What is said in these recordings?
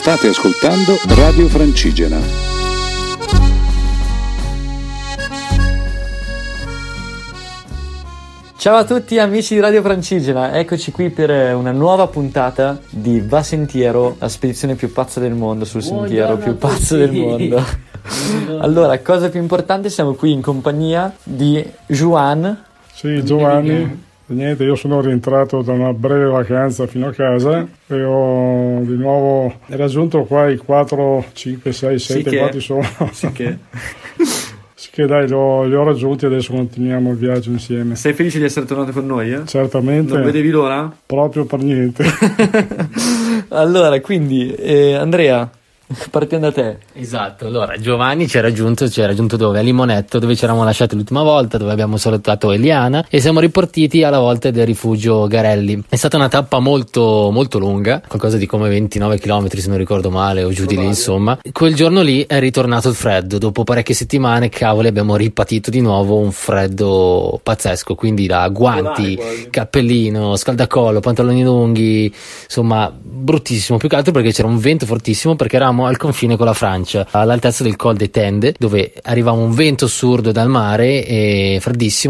State ascoltando Radio Francigena. Ciao a tutti amici di Radio Francigena, eccoci qui per una nuova puntata di Va Sentiero, la spedizione più pazza del mondo sul sentiero più pazzo del mondo. Allora, cosa più importante, siamo qui in compagnia di Juan. Sì, Giovanni. Niente, io sono rientrato da una breve vacanza fino a casa e ho di nuovo raggiunto qua i 4, 5, 6, 7, quanti sono? Sì che... Sì che dai, li ho raggiunti e adesso continuiamo il viaggio insieme. Sei felice di essere tornato con noi? Certamente. Non vedevi l'ora? Proprio per niente. Allora, quindi, Andrea, partiamo da te. Esatto, allora Giovanni ci ha raggiunto dove? A Limonetto, dove ci eravamo lasciati l'ultima volta, dove abbiamo salutato Eliana e siamo ripartiti alla volta del rifugio Garelli. È stata una tappa molto molto lunga, qualcosa di come 29 km se non ricordo male o giù di lì, insomma. Quel giorno lì è ritornato il freddo, dopo parecchie settimane, cavoli, abbiamo ripatito di nuovo un freddo pazzesco, quindi da guanti, cappellino, scaldacollo, pantaloni lunghi, insomma bruttissimo, più che altro perché c'era un vento fortissimo, perché eravamo al confine con la Francia, all'altezza del Col des Tende, dove arrivava un vento assurdo dal mare e freddissimo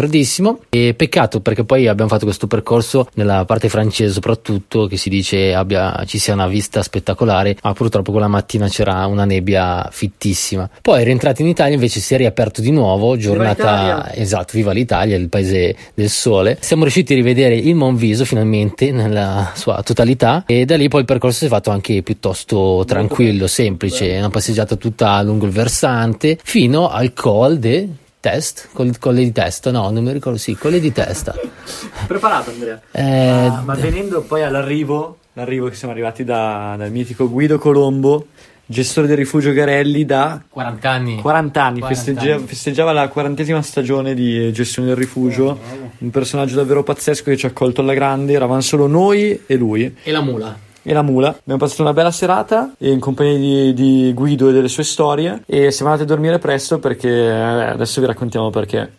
e peccato perché poi abbiamo fatto questo percorso nella parte francese soprattutto, che si dice ci sia una vista spettacolare, ma purtroppo quella mattina c'era una nebbia fittissima. Poi rientrati in Italia invece si è riaperto di nuovo, giornata, esatto, viva l'Italia, il paese del sole. Siamo riusciti a rivedere il Monviso finalmente nella sua totalità e da lì poi il percorso si è fatto anche piuttosto tranquillo, semplice, una passeggiata tutta lungo il versante fino al Col de Test, colle di testa, no, non mi ricordo, sì, colle di testa. Preparato, Andrea? Ma venendo poi all'arrivo che siamo arrivati dal mitico Guido Colombo, gestore del rifugio Garelli da 40 anni, festeggiava la 40ª stagione di gestione del rifugio, un personaggio davvero pazzesco che ci ha accolto alla grande. Eravamo solo noi e lui e la mula. Abbiamo passato una bella serata in compagnia di Guido e delle sue storie e siamo andati a dormire presto perché adesso vi raccontiamo perché.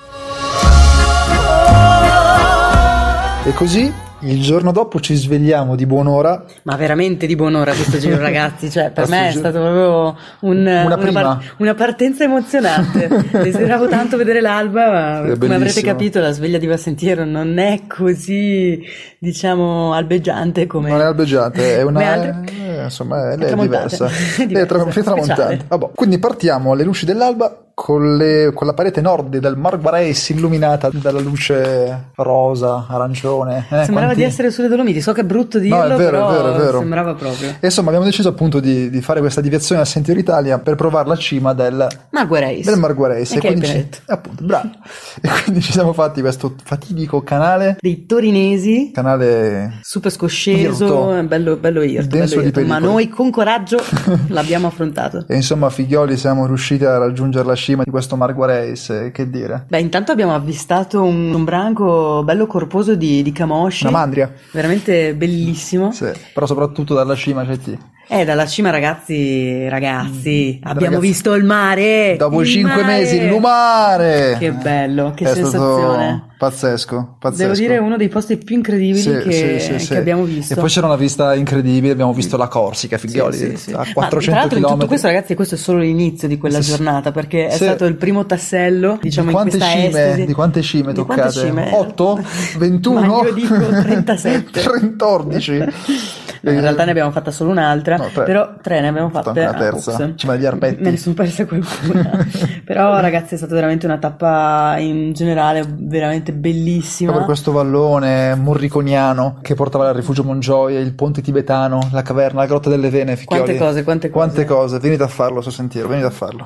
E così il giorno dopo ci svegliamo di buon'ora. Ma veramente di buon'ora questo giro, ragazzi, cioè per me è stato proprio una partenza emozionante. Desideravo tanto vedere l'alba, ma come avrete capito la sveglia di Va Sentiero non è così, diciamo, albeggiante come... Non è albeggiante, è una... insomma, lei è diversa. È tramontante. Vabbè. Quindi partiamo alle luci dell'alba con la parete nord del Marguareis illuminata dalla luce rosa, arancione. Sembrava di essere sulle Dolomiti, so che è brutto dirlo, no, è vero. Sembrava proprio. E insomma abbiamo deciso appunto di fare questa deviazione al Sentiero Italia per provare la cima del Marguareis. E quindi appunto, bravo. E quindi ci siamo fatti questo fatidico canale dei torinesi, canale super scosceso, bello irto, denso di pericoli. Ma noi con coraggio l'abbiamo affrontato. E insomma figlioli siamo riusciti a raggiungere la cima di questo Marguareis, che dire. Beh, intanto abbiamo avvistato un branco bello corposo di camosci, una mandria veramente bellissimo. Sì, però soprattutto dalla cima dalla cima ragazzi abbiamo visto il mare dopo 5 mesi, il lumare, che bello, che è sensazione, pazzesco. Devo dire uno dei posti più incredibili che abbiamo visto. E poi c'era una vista incredibile, abbiamo visto la Corsica, figlioli, a 400 km. Tutto questo, ragazzi, questo è solo l'inizio di quella giornata, perché è stato il primo tassello, diciamo, in questa estasi. Di quante cime toccate? 8? 21? Ma io dico 37. 14. In realtà ne abbiamo fatta solo un'altra, però 3 ne abbiamo fatte. La terza, cima degli Arbetti. Me ne sono persa qualcuna. Però ragazzi è stata veramente una tappa in generale veramente bellissima. Per questo vallone morriconiano che portava al rifugio Mongioie, il ponte tibetano, la caverna, la grotta delle Vene, figlioli. Quante cose. Venite a farlo sul sentiero, venite a farlo.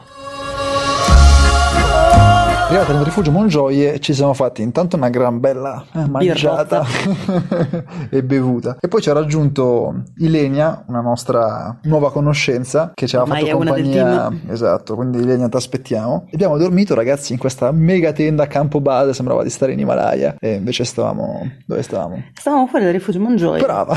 Arrivati nel rifugio Mongioie ci siamo fatti intanto una gran bella mangiata e bevuta, e poi ci ha raggiunto Ilenia, una nostra nuova conoscenza che ci aveva fatto compagnia. Esatto, quindi Ilenia, ti aspettiamo. E abbiamo dormito, ragazzi, in questa mega tenda a campo base, sembrava di stare in Himalaya, e invece dove stavamo? Stavamo fuori dal rifugio Mongioie. Brava.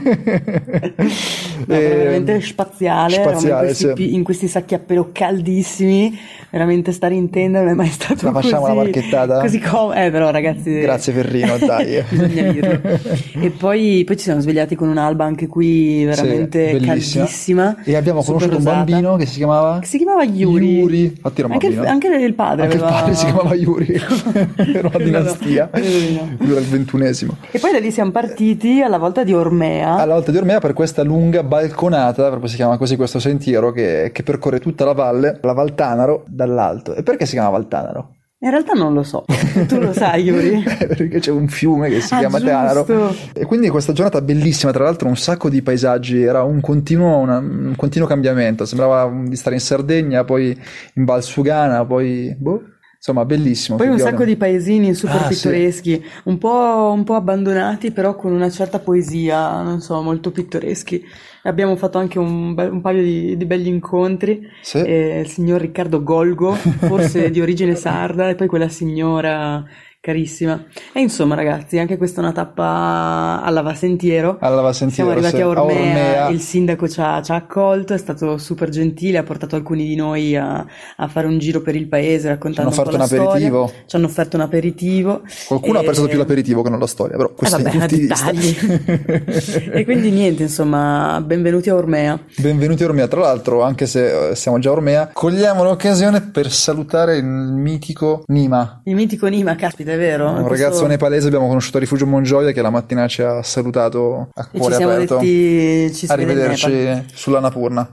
Veramente spaziale, in questi sacchi a pelo caldissimi, veramente stare in tenda non è mai stato La facciamo la marchettata? Così come, però ragazzi. Grazie Ferrino, dai. Bisogna dirlo. E poi ci siamo svegliati con un'alba anche qui veramente caldissima. E abbiamo conosciuto un bambino che si chiamava? Si chiamava Yuri. Infatti era un anche il padre. Anche il padre si chiamava Yuri. Era una dinastia. Lui era il 21esimo. E poi da lì siamo partiti alla volta di Ormea. Alla volta di Ormea per questa lunga balconata, proprio si chiama così questo sentiero che percorre tutta la valle, la Val Tanaro dall'alto. E perché si chiama Val Tanaro? In realtà non lo so, tu lo sai Yuri? Perché c'è un fiume che si chiama Tanaro. E quindi questa giornata bellissima, tra l'altro un sacco di paesaggi, era un continuo cambiamento, sembrava di stare in Sardegna, poi in Val Sugana, poi insomma bellissimo. Poi un sacco di paesini super pittoreschi, sì. un po' abbandonati però con una certa poesia, non so, molto pittoreschi. Abbiamo fatto anche un paio di belli incontri, sì. Il signor Riccardo Golgo, forse di origine sarda, e poi quella signora carissima. E insomma ragazzi, anche questa è una tappa alla Vasentiero. Siamo arrivati a Ormea. Il sindaco ci ha accolto, è stato super gentile, ha portato alcuni di noi a fare un giro per il paese raccontando un po' la storia. Ci hanno offerto un aperitivo. Qualcuno ha apprezzato più l'aperitivo che non la storia, però questi dettagli. E quindi niente, insomma, benvenuti a Ormea. Benvenuti a Ormea. Tra l'altro, anche se siamo già a Ormea, cogliamo l'occasione per salutare il mitico Nima. Il mitico Nima, caspita, è vero? Un ragazzo nepalese abbiamo conosciuto a Rifugio Mongioia che la mattina ci ha salutato a cuore aperto. Arrivederci sulla Napurna.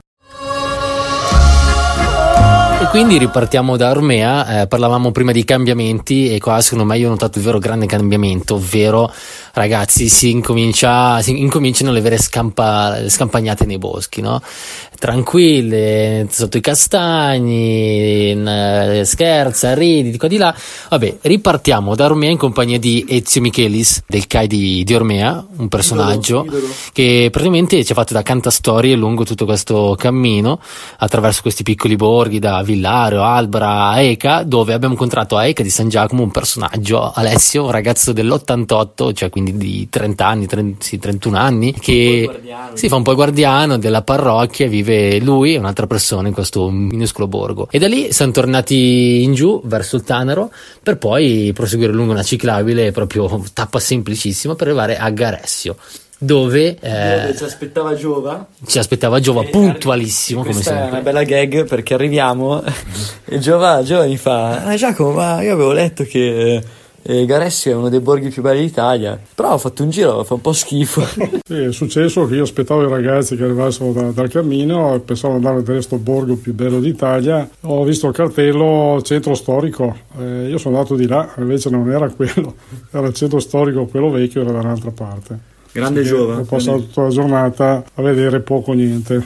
E quindi ripartiamo da Ormea, parlavamo prima di cambiamenti e qua secondo me io ho notato il vero grande cambiamento, ovvero ragazzi si incominciano le vere scampagnate nei boschi, no? Tranquille, sotto i castagni, scherza, ridi, di qua di là. Vabbè, ripartiamo da Ormea in compagnia di Ezio Michelis, del CAI di Ormea, un personaggio che praticamente ci ha fatto da cantastorie lungo tutto questo cammino, attraverso questi piccoli borghi da Villario, Albra, Aeca, dove abbiamo incontrato a Aeca di San Giacomo un personaggio, Alessio, un ragazzo dell'88, cioè quindi di 30 anni, 31 anni, che si fa un po' il guardiano della parrocchia, vive lui e un'altra persona in questo minuscolo borgo. E da lì siamo tornati in giù verso il Tanaro per poi proseguire lungo una ciclabile, proprio tappa semplicissima per arrivare a Garessio, dove ci aspettava Giova puntualissimo come sempre. È una bella gag perché arriviamo e Giova mi fa Giacomo, ma io avevo letto che Garessio è uno dei borghi più belli d'Italia, però ho fatto un giro, fa un po' schifo. Sì, è successo che io aspettavo i ragazzi che arrivassero dal cammino e pensavo di andare a vedere questo borgo più bello d'Italia. Ho visto il cartello centro storico, io sono andato di là, invece non era quello, era il centro storico, quello vecchio era da un'altra parte. Grande Giova. Ho passato tutta la giornata a vedere poco o niente.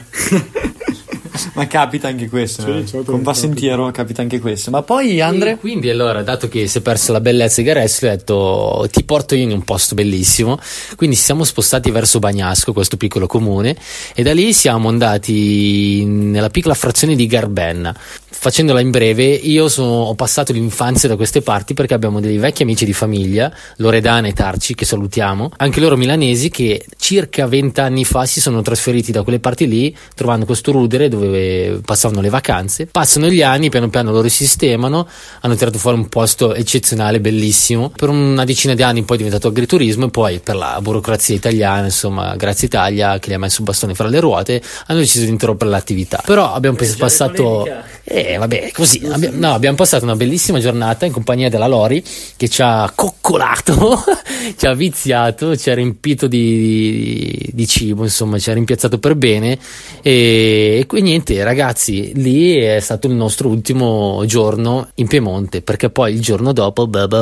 Ma capita anche questo, sì, certo, con Vasentiero capita anche questo. Ma poi Andre? E quindi allora, dato che si è perso la bellezza di Garessio, ho detto ti porto io in un posto bellissimo. Quindi ci siamo spostati verso Bagnasco, questo piccolo comune, e da lì siamo andati nella piccola frazione di Garbenna. Facendola in breve, io ho passato l'infanzia da queste parti perché abbiamo dei vecchi amici di famiglia, Loredana e Tarci, che salutiamo, anche loro milanesi, che circa 20 anni fa si sono trasferiti da quelle parti lì, trovando questo rudere dove passavano le vacanze. Passano gli anni, piano piano loro si sistemano, hanno tirato fuori un posto eccezionale, bellissimo. Per una decina di anni poi è diventato agriturismo e poi per la burocrazia italiana, insomma, grazie Italia che gli ha messo un bastone fra le ruote, hanno deciso di interrompere l'attività. Però abbiamo passato... vabbè, così abbiamo passato una bellissima giornata in compagnia della Lori, che ci ha coccolato, ci ha viziato, ci ha riempito di cibo, insomma ci ha rimpiazzato per bene e quindi niente ragazzi, lì è stato il nostro ultimo giorno in Piemonte, perché poi il giorno dopo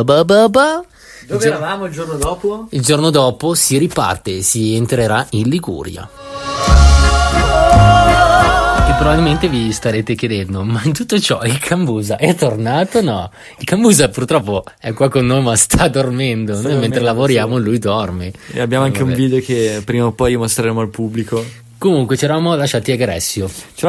dove eravamo il giorno dopo? Il giorno dopo si riparte, si entrerà in Liguria. Probabilmente vi starete chiedendo, ma in tutto ciò il Cambusa è tornato? No, il Cambusa purtroppo è qua con noi ma sta dormendo, noi mentre lavoriamo lui dorme. E abbiamo anche un video che prima o poi mostreremo al pubblico. Comunque ci eravamo lasciati a Garessio.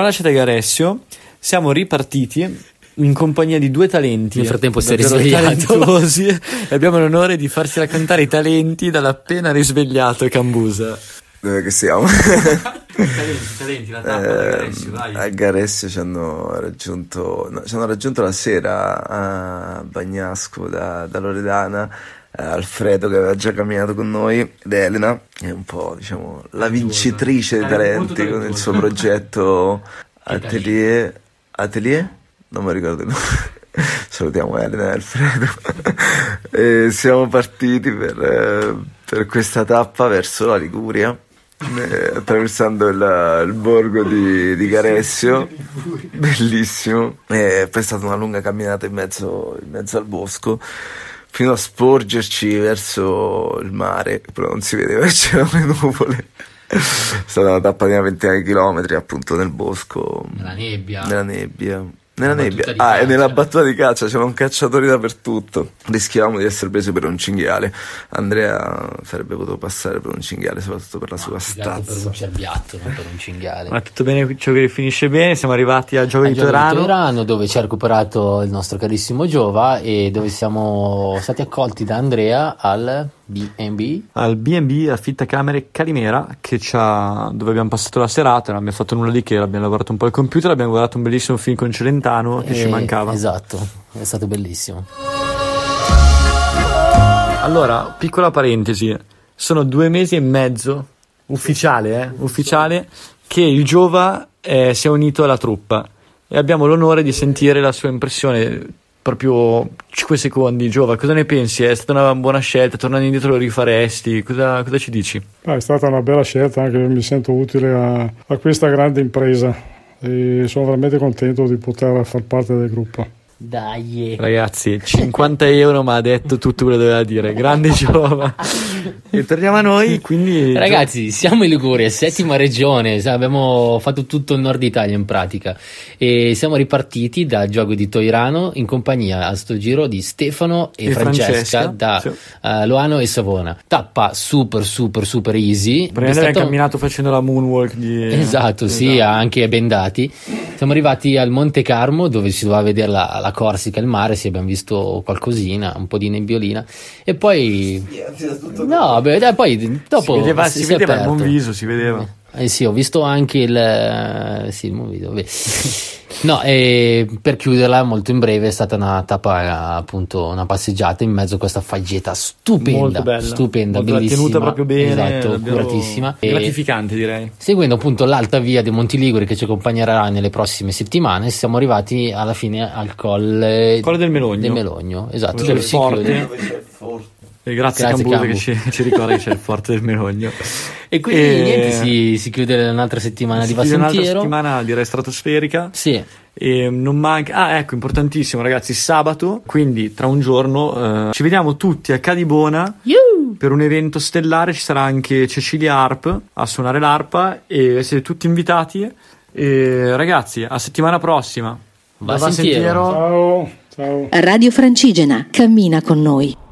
Siamo ripartiti in compagnia di due talenti. Nel frattempo si è risvegliato e abbiamo l'onore di farci raccontare i talenti dall'appena risvegliato Cambusa. Dove che siamo? Talenti, la tappa da Garessio, vai. A Garessio ci hanno raggiunto la sera a Bagnasco da Loredana, Alfredo che aveva già camminato con noi ed Elena, che è un po', diciamo, la vincitrice dei talenti con il suo progetto Atelier? Non mi ricordo il nome. Salutiamo Elena e Alfredo. E siamo partiti per questa tappa verso la Liguria, attraversando il borgo di Garessio, bellissimo, e poi è stata una lunga camminata in mezzo al bosco fino a sporgerci verso il mare, però non si vedeva che c'erano le nuvole. È stata una tappa di una ventina di chilometri, appunto, nel bosco, nella nebbia. E nella battuta di caccia c'erano cacciatori dappertutto. Rischiavamo di essere presi per un cinghiale. Andrea sarebbe potuto passare per un cinghiale, soprattutto per la sua stazza. Per un cerbiatto, non per un cinghiale. Ma tutto bene, ciò che finisce bene. Siamo arrivati al gioco di Toirano, dove ci ha recuperato il nostro carissimo Giova e dove siamo stati accolti da Andrea al B&B affittacamere Calimera, dove abbiamo passato la serata. Non abbiamo fatto nulla di che, abbiamo lavorato un po' al computer, abbiamo guardato un bellissimo film con Celentano che ci mancava. Esatto, è stato bellissimo. Allora, piccola parentesi, sono 2 mesi e mezzo ufficiale che il Giova si è unito alla truppa e abbiamo l'onore di sentire la sua impressione. Proprio 5 secondi, Giova, cosa ne pensi? È stata una buona scelta? Tornando indietro lo rifaresti? Cosa ci dici? È stata una bella scelta, anche mi sento utile a questa grande impresa e sono veramente contento di poter far parte del gruppo. Dai, ragazzi, 50 euro, ma ha detto tutto quello che doveva dire. Grande Giova. E torniamo a noi, quindi ragazzi, siamo in Liguria, 7ª regione, abbiamo fatto tutto il nord Italia in pratica e siamo ripartiti dal gioco di Toirano in compagnia a sto giro di Stefano e Francesca da Loano e Savona. Tappa super easy. Abbiamo camminato facendo la moonwalk esatto, sì, anche bendati. Siamo arrivati al Monte Carmo, dove si doveva vedere la Corsica, il mare, sì, abbiamo visto qualcosina, un po' di nebbiolina e poi poi dopo si vedeva il buon viso, si vedeva. Sì, ho visto anche il Monvido. No, e per chiuderla molto in breve è stata una tappa, appunto, una passeggiata in mezzo a questa faggeta stupenda, molto bellissima, tenuta proprio bene, esatto, curatissima, gratificante direi. Seguendo appunto l'alta via dei Monti Liguri che ci accompagnerà nelle prossime settimane, siamo arrivati alla fine al colle del Melogno. Esatto, dove si chiude. E grazie Cambuso che ci ricorda che c'è il forte del Melogno. E quindi niente, si chiude un'altra settimana di Va Sentiero. Un'altra settimana direi stratosferica. Sì. E non manca, ecco, importantissimo ragazzi, sabato, quindi tra un giorno ci vediamo tutti a Cadibona per un evento stellare. Ci sarà anche Cecilia Arp a suonare l'arpa e siete tutti invitati. E ragazzi, a settimana prossima. Va Sentiero. Ciao. Radio Francigena, cammina con noi.